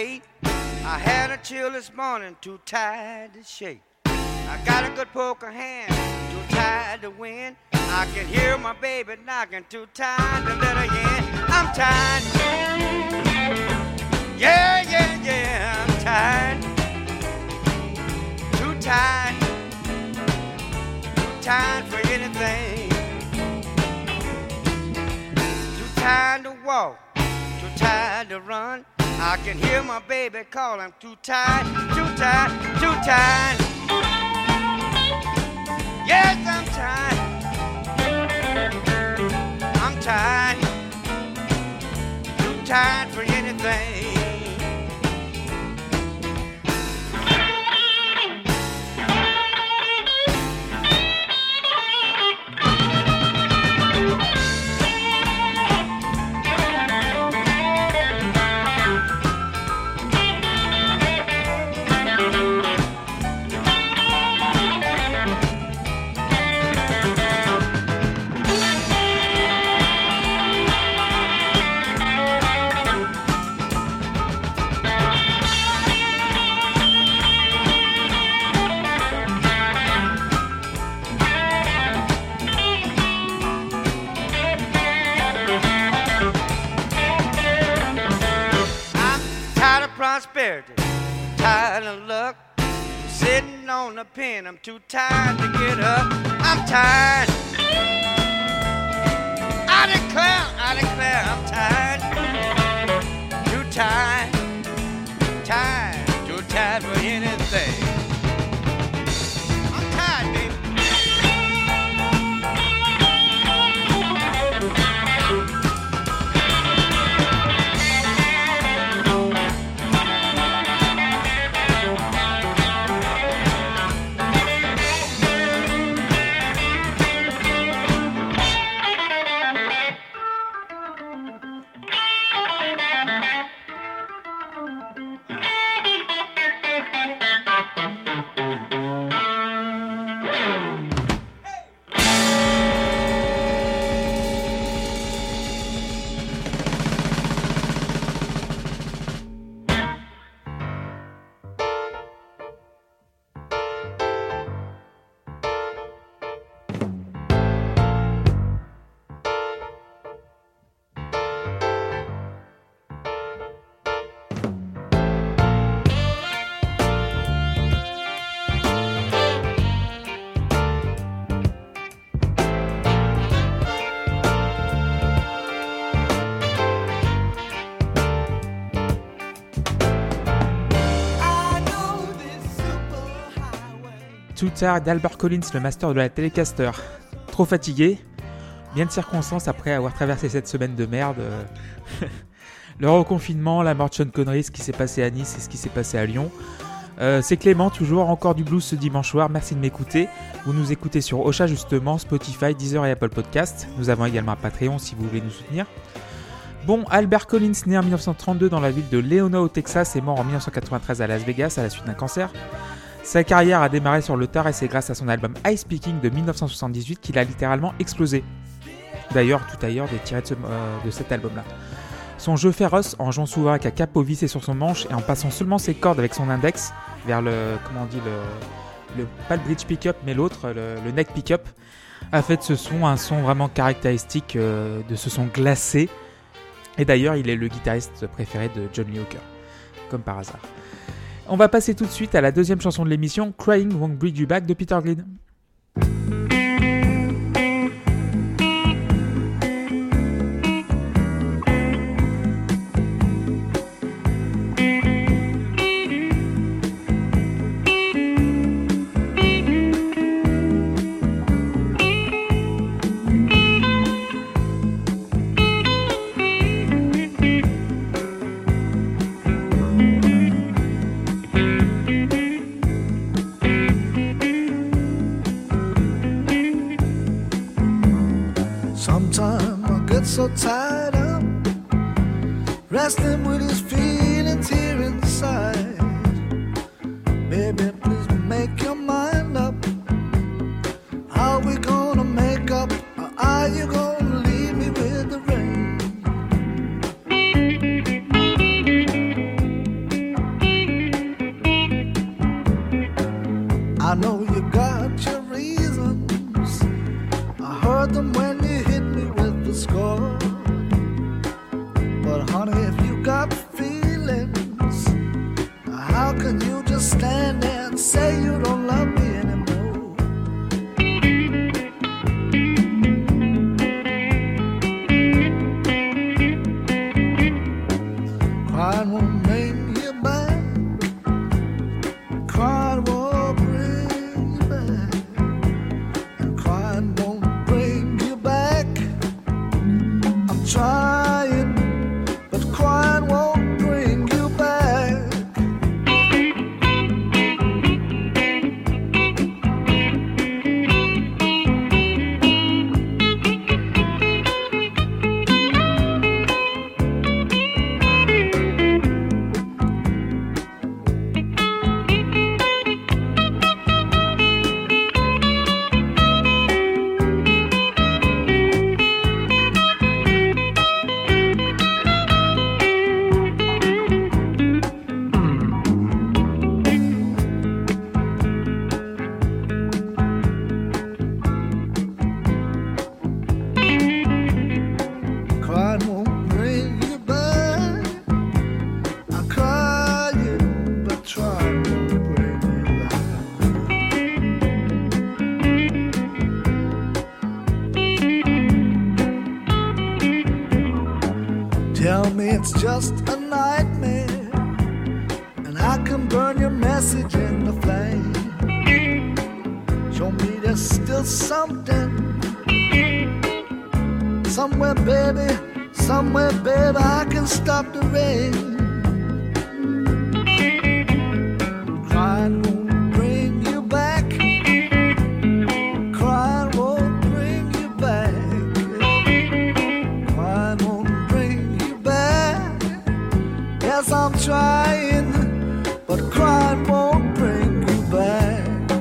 wait. I had a chill this morning, too tired to shake. I got a good poker hand, too tired to win. I can hear my baby knocking, too tired to let her in. I'm tired. Yeah, yeah, yeah, I'm tired. Too tired. Too tired for anything. Too tired to walk, too tired to run. I can hear my baby call, I'm too tired, too tired, too tired. Yes, I'm tired. I'm tired. Too tired for anything. Prosperity, tired of luck, sitting on the pen, I'm too tired to get up, I'm tired. I declare, I'm tired. Too tired, tired, too tired for anything. I'm tired, baby. Too Tired d'Albert Collins, le master de la Telecaster. Trop fatigué, bien de circonstances après avoir traversé cette semaine de merde. Le reconfinement, la mort de Sean Connery, ce qui s'est passé à Nice et ce qui s'est passé à Lyon. C'est Clément, toujours, encore du blues ce dimanche soir, merci de m'écouter. Vous nous écoutez sur Ocha justement, Spotify, Deezer et Apple Podcast. Nous avons également un Patreon si vous voulez nous soutenir. Bon, Albert Collins, né en 1932 dans la ville de Leona au Texas et mort en 1993 à Las Vegas à la suite d'un cancer. Sa carrière a démarré sur le tard et c'est grâce à son album Ice Speaking de 1978 qu'il a littéralement explosé. D'ailleurs, tout ailleurs est tiré de cet album-là. Son jeu féroce, en jouant souvent avec un capot vissé sur son manche et en passant seulement ses cordes avec son index vers le pas le bridge pick-up mais l'autre, le neck pick-up, a fait de ce son un son vraiment caractéristique de ce son glacé. Et d'ailleurs, il est le guitariste préféré de John Lee Hooker, comme par hasard. On va passer tout de suite à la deuxième chanson de l'émission, Crying Won't Bring You Back de Peter Green. So tied up, wrestling with his feelings here inside. Baby, please make your mind up. Are we gonna make up, or are you gonna leave me with the rain? I know you got your reasons. I heard them when you hit me with the score. But honey, if you got feelings, how can you just stand there and say you don't love me anymore? Crying won't bring you back. Crying won't bring you back. And crying won't bring you back. I'm trying, but crying won't bring you back. Crying won't bring you back. I'm crying, but trying won't bring you back. Tell me it's just a nightmare, and I can burn your message in the flame. Show me there's still something. Somewhere, baby, I can stop the rain. Crying won't bring you back. Crying won't bring you back. Crying won't bring you back. Yes, I'm trying, but crying won't bring you back.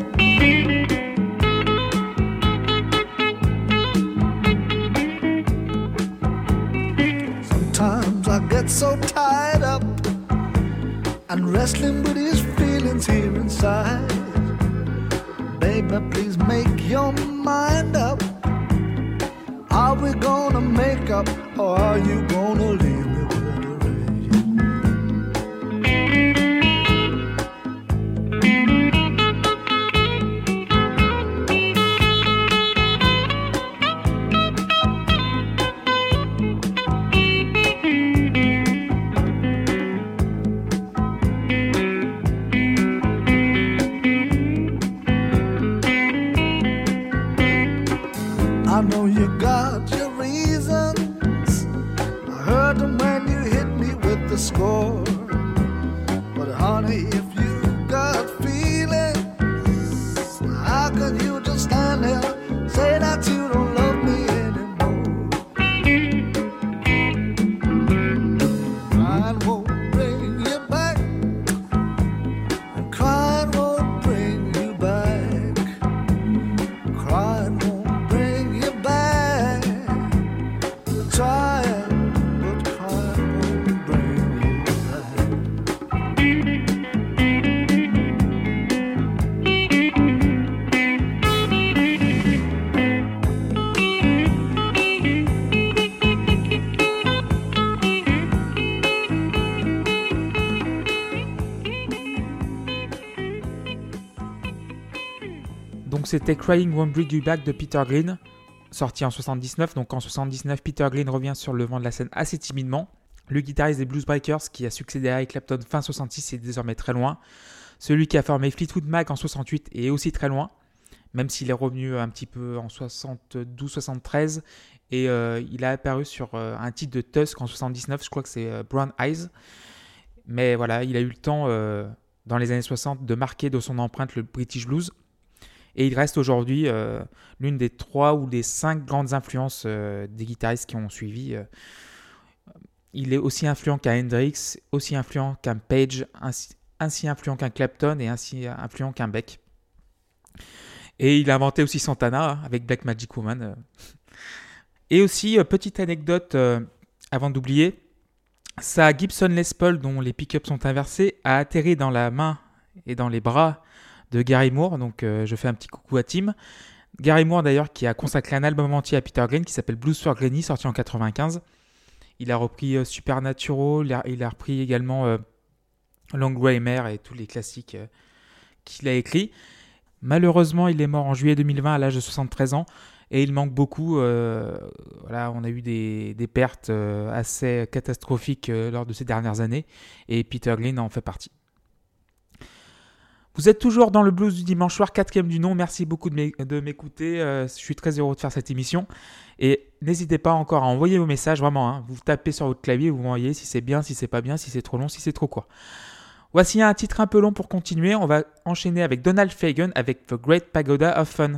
Sometimes I get so tied up and wrestling with these feelings here inside. Baby, please make your mind up. Are we gonna make up, or are you gonna leave me with the I know you got your reasons. I heard them when you hit me with the score. But honey, if you got feelings, how can you just stand there, say that you don't love me anymore? Crying won't bring you back, and crying won't bring you back. Crying won't bring you back. Trying, but crying won't bring you back. Donc c'était Crying Won't Bring You Back de Peter Green, sorti en 79. Donc en 79, Peter Green revient sur le devant de la scène assez timidement. Le guitariste des Blues Breakers qui a succédé à Eric Clapton fin 66 est désormais très loin. Celui qui a formé Fleetwood Mac en 68 est aussi très loin, même s'il est revenu un petit peu en 72-73 et il a apparu sur un titre de Tusk en 79, je crois que c'est Brown Eyes. Mais voilà, il a eu le temps dans les années 60 de marquer de son empreinte le British Blues. Et il reste aujourd'hui l'une des 3 ou des 5 grandes influences des guitaristes qui ont suivi. Il est aussi influent qu'un Hendrix, aussi influent qu'un Page, ainsi influent qu'un Clapton et ainsi influent qu'un Beck. Et il a inventé aussi Santana avec Black Magic Woman. Et aussi, petite anecdote avant d'oublier, sa Gibson Les Paul dont les pick-ups sont inversés a atterri dans la main et dans les bras de Gary Moore. Donc je fais un petit coucou à Tim. Gary Moore d'ailleurs qui a consacré un album entier à Peter Green qui s'appelle Blues for Granny, sorti en 95. Il a repris Supernatural, il a repris également Long Grey Mare et tous les classiques qu'il a écrits. Malheureusement, il est mort en juillet 2020 à l'âge de 73 ans et il manque beaucoup. Voilà, on a eu des pertes assez catastrophiques lors de ces dernières années et Peter Green en fait partie. Vous êtes toujours dans le blues du dimanche soir, 4e du nom. Merci beaucoup de m'écouter. Je suis très heureux de faire cette émission. Et n'hésitez pas encore à envoyer vos messages, vraiment. Hein. Vous tapez sur votre clavier, vous m'envoyez si c'est bien, si c'est pas bien, si c'est trop long, si c'est trop court. Voici un titre un peu long pour continuer. On va enchaîner avec Donald Fagen avec The Great Pagoda of Fun.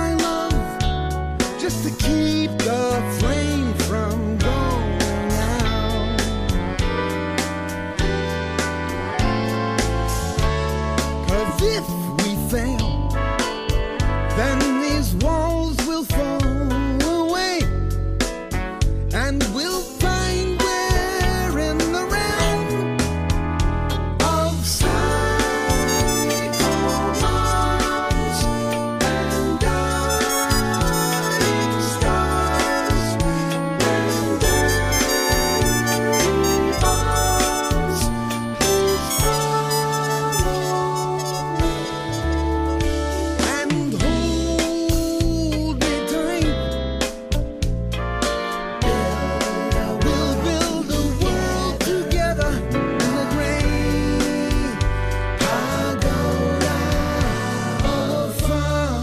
just to keep the flame from going out. and we'll find we're in the realm of cyclones and dying stars and dirty balls. Please follow and hold me tight. We'll build a world together in the great pagoda of fun.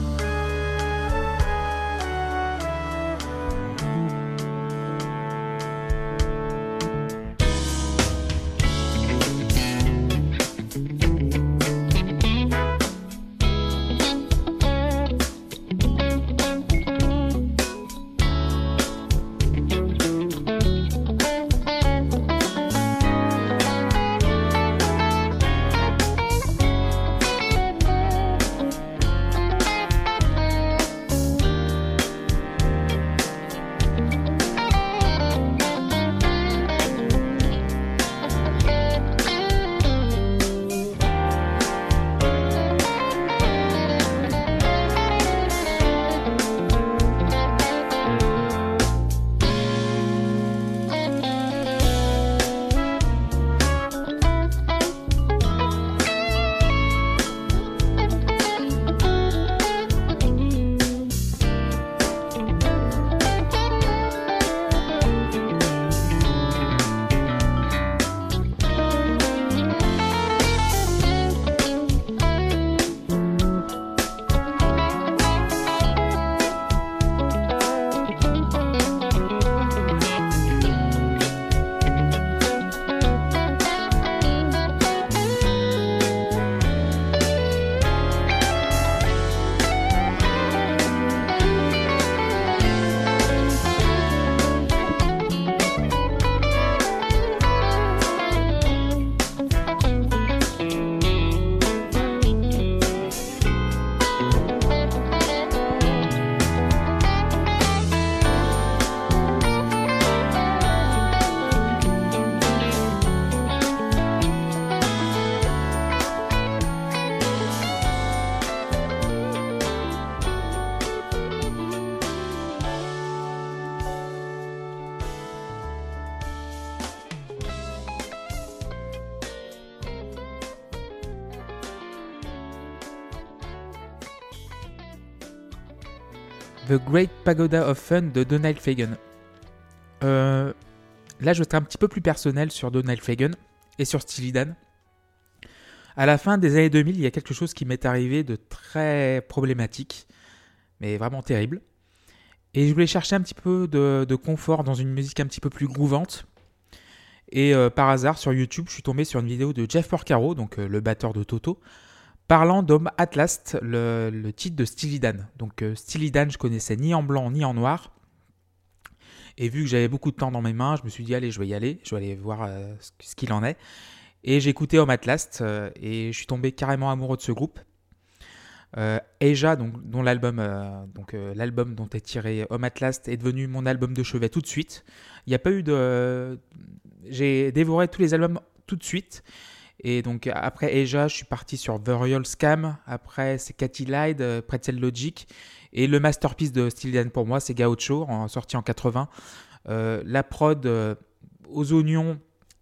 The Great Pagoda of Fun de Donald Fagen. Là, je vais être un petit peu plus personnel sur Donald Fagen et sur Steely Dan. À la fin des années 2000, il y a quelque chose qui m'est arrivé de très problématique, mais vraiment terrible. Et je voulais chercher un petit peu de confort dans une musique un petit peu plus groovante. Et par hasard, sur YouTube, je suis tombé sur une vidéo de Jeff Porcaro, donc le batteur de Toto, parlant d'Home at Last, le titre de Steely Dan. Donc Steely Dan, je connaissais ni en blanc ni en noir. Et vu que j'avais beaucoup de temps dans mes mains, je me suis dit, allez, je vais y aller. Je vais aller voir ce qu'il en est. Et j'ai écouté Home at Last et je suis tombé carrément amoureux de ce groupe. Aja, dont l'album dont est tiré Home at Last, est devenu mon album de chevet tout de suite. Il n'y a pas eu de... J'ai dévoré tous les albums tout de suite. Et donc après Aja, je suis parti sur The Royal Scam. Après, c'est Katy Lied, Pretzel Logic. Et le masterpiece de Steely Dan pour moi, c'est Gaucho, sorti en 80. La prod aux oignons,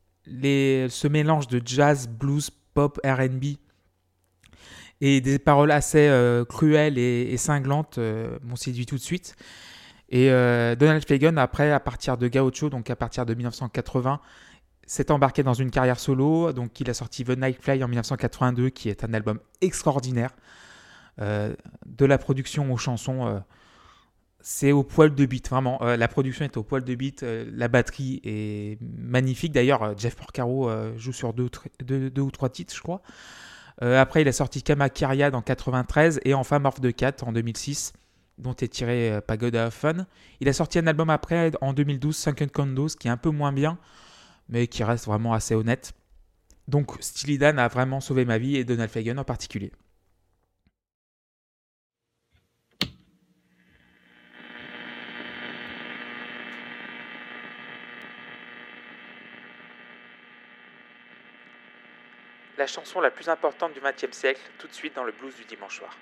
ce mélange de jazz, blues, pop, R&B et des paroles assez cruelles et cinglantes m'ont séduit tout de suite. Et Donald Fagen, après, à partir de Gaucho, donc à partir de 1980, s'est embarqué dans une carrière solo. Donc il a sorti The Nightfly en 1982, qui est un album extraordinaire. De la production aux chansons, c'est au poil de beat, vraiment. La production est au poil de beat, la batterie est magnifique. D'ailleurs, Jeff Porcaro joue sur deux ou trois titres, je crois. Après, il a sorti Kamakiria en 93 et enfin Morph the Cat en 2006, dont est tiré Pagoda of Fun. Il a sorti un album après, en 2012, Sunken Condos, qui est un peu moins bien, mais qui reste vraiment assez honnête. Donc, Steely Dan a vraiment sauvé ma vie, et Donald Fagen en particulier. la chanson la plus importante du XXe siècle, tout de suite dans le blues du dimanche soir.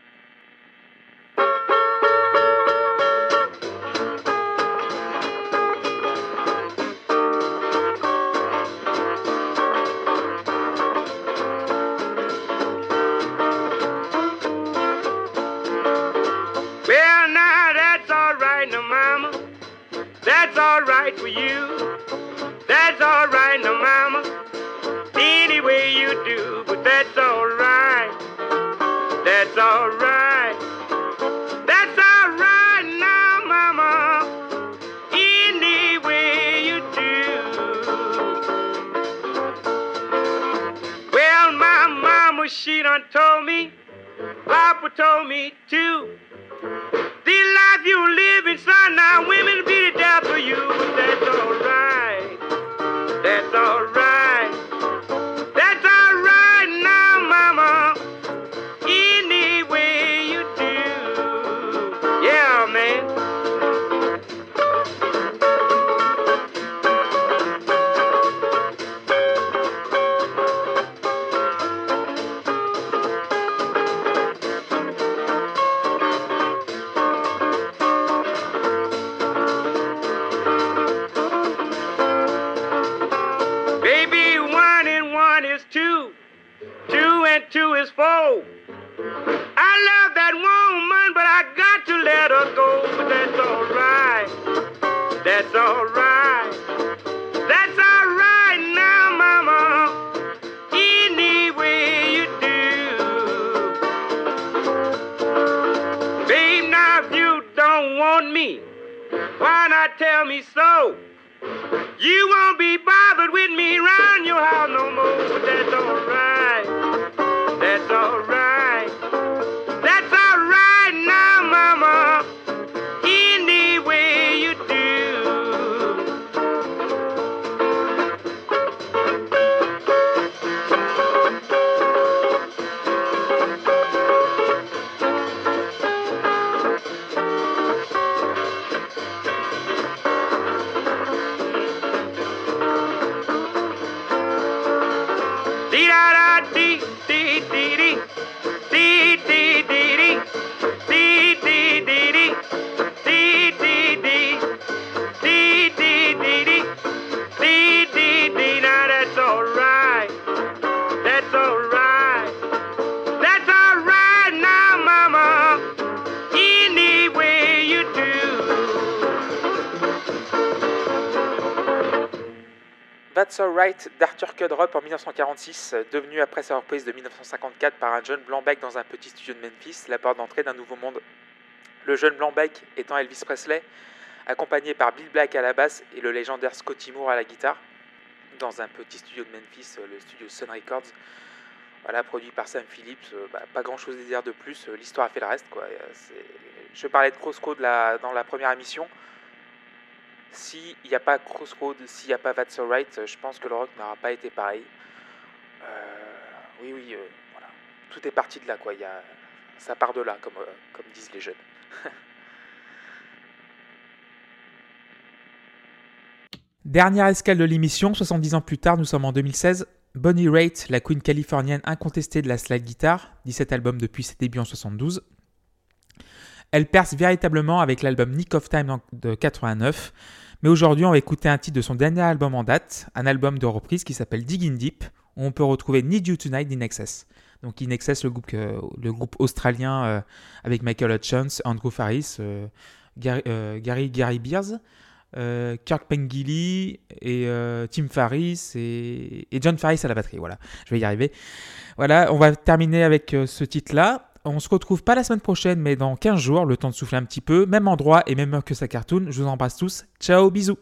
Well, now that's all right, now, mama. That's all right for you. That's all right, now, mama. Any way you do, but that's all right. That's all right. That's all right, now, mama. Any way you do. Well, my mama, she done told me. Papa told me too. The life you living, son, now women be the death for you, but that's all right. That's all right. That's all right now, mama. Any way you do. Yeah, man. Baby, 1 and 1 is 2. 2 and 2 is 4. I love that woman, but I got to let her go. But that's all right. That's all right. That's all right now, mama. Any way you do. Babe, now if you don't want me, why not tell me so? You won't be bothered with me round your house no more, but that's all right. That's all right. That's all right now, mama. Any way you do. Now that's all right. That's all right. That's all right now, mama. Any way you do. That's Alright d'Arthur Kudrup en 1946, devenu après sa reprise de 1954 par un John Blanbec dans un petit studio de Memphis, la porte d'entrée d'un nouveau monde. Le jeune Blanbec étant Elvis Presley, accompagné par Bill Black à la basse et le légendaire Scotty Moore à la guitare, dans un petit studio de Memphis, le studio Sun Records. Voilà, produit par Sam Phillips, pas grand chose à dire de plus, l'histoire a fait le reste, quoi. Je parlais de Crossroads dans la première émission. S'il n'y a pas Crossroads, s'il n'y a pas That's Alright, je pense que le rock n'aura pas été pareil. Voilà. Tout est parti de là, quoi. Ça part de là, comme disent les jeunes. Dernière escale de l'émission, 70 ans plus tard, nous sommes en 2016. Bonnie Raitt, la queen californienne incontestée de la slide guitar, 17 albums depuis ses débuts en 72. Elle perce véritablement avec l'album Nick of Time de 89. Mais aujourd'hui, on va écouter un titre de son dernier album en date, un album de reprise qui s'appelle Diggin' Deep, où on peut retrouver Need You Tonight d'Inexcess. Donc Inexcess, le groupe australien avec Michael Hutchence, Andrew Farris, Gary Beers, Kirk Pengilly et Tim Farris et John Farris à la batterie. Voilà, je vais y arriver. Voilà, on va terminer avec ce titre-là. On se retrouve pas la semaine prochaine, mais dans 15 jours, le temps de souffler un petit peu. Même endroit et même heure que sa cartoon. Je vous embrasse tous. Ciao, bisous.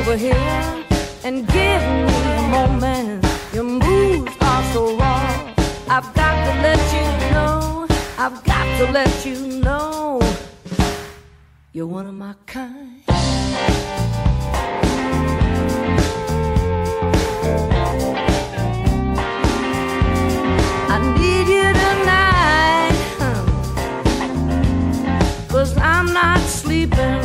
over here and give me a moment. Your moves are so raw. I've got to let you know. I've got to let you know. You're one of my kind. I need you tonight, 'cause I'm not sleeping.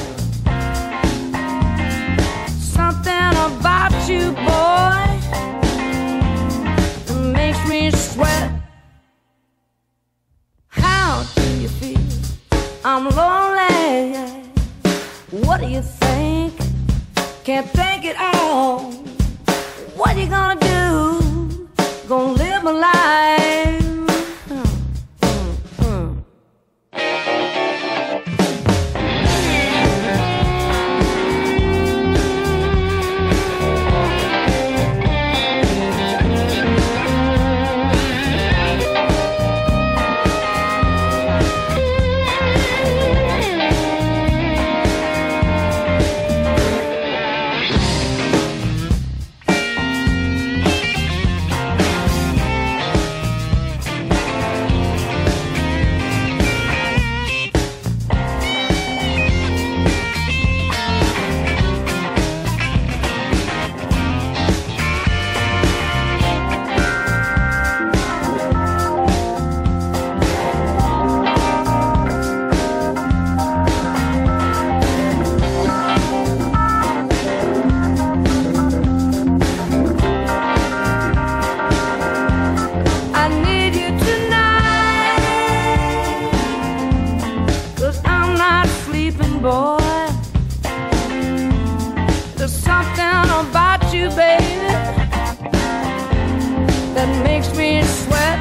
Something about you, boy, makes me sweat. How do you feel? I'm lonely. What do you think? Can't think it all. What you gonna do? Gonna live my life. Boy, there's something about you, baby, that makes me sweat.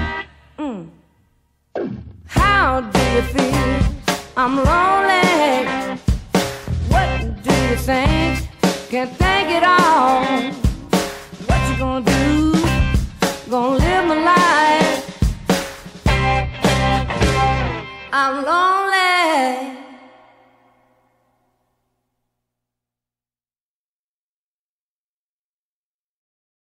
How do you feel? I'm lonely. What do you think? Can't think it all. What you gonna do? Gonna live my life. I'm lonely.